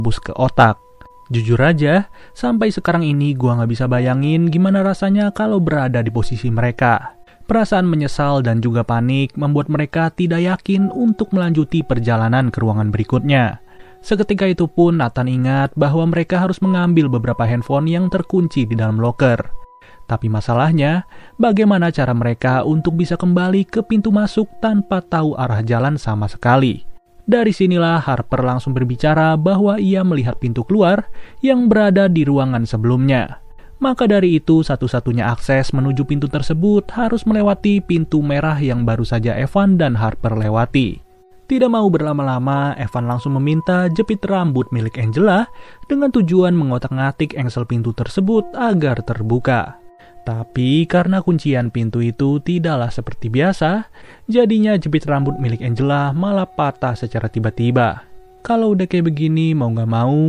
tembus ke otak. Jujur aja, sampai sekarang ini gua nggak bisa bayangin gimana rasanya kalau berada di posisi mereka. Perasaan menyesal dan juga panik membuat mereka tidak yakin untuk melanjuti perjalanan ke ruangan berikutnya. Seketika itu pun Nathan ingat bahwa mereka harus mengambil beberapa handphone yang terkunci di dalam loker. Tapi masalahnya, bagaimana cara mereka untuk bisa kembali ke pintu masuk tanpa tahu arah jalan sama sekali? Dari sinilah Harper langsung berbicara bahwa ia melihat pintu keluar yang berada di ruangan sebelumnya. Maka dari itu, satu-satunya akses menuju pintu tersebut harus melewati pintu merah yang baru saja Evan dan Harper lewati. Tidak mau berlama-lama, Evan langsung meminta jepit rambut milik Angela dengan tujuan mengotak-ngatik engsel pintu tersebut agar terbuka. Tapi karena kuncian pintu itu tidaklah seperti biasa, jadinya jepit rambut milik Angela malah patah secara tiba-tiba. Kalau udah kayak begini, mau gak mau,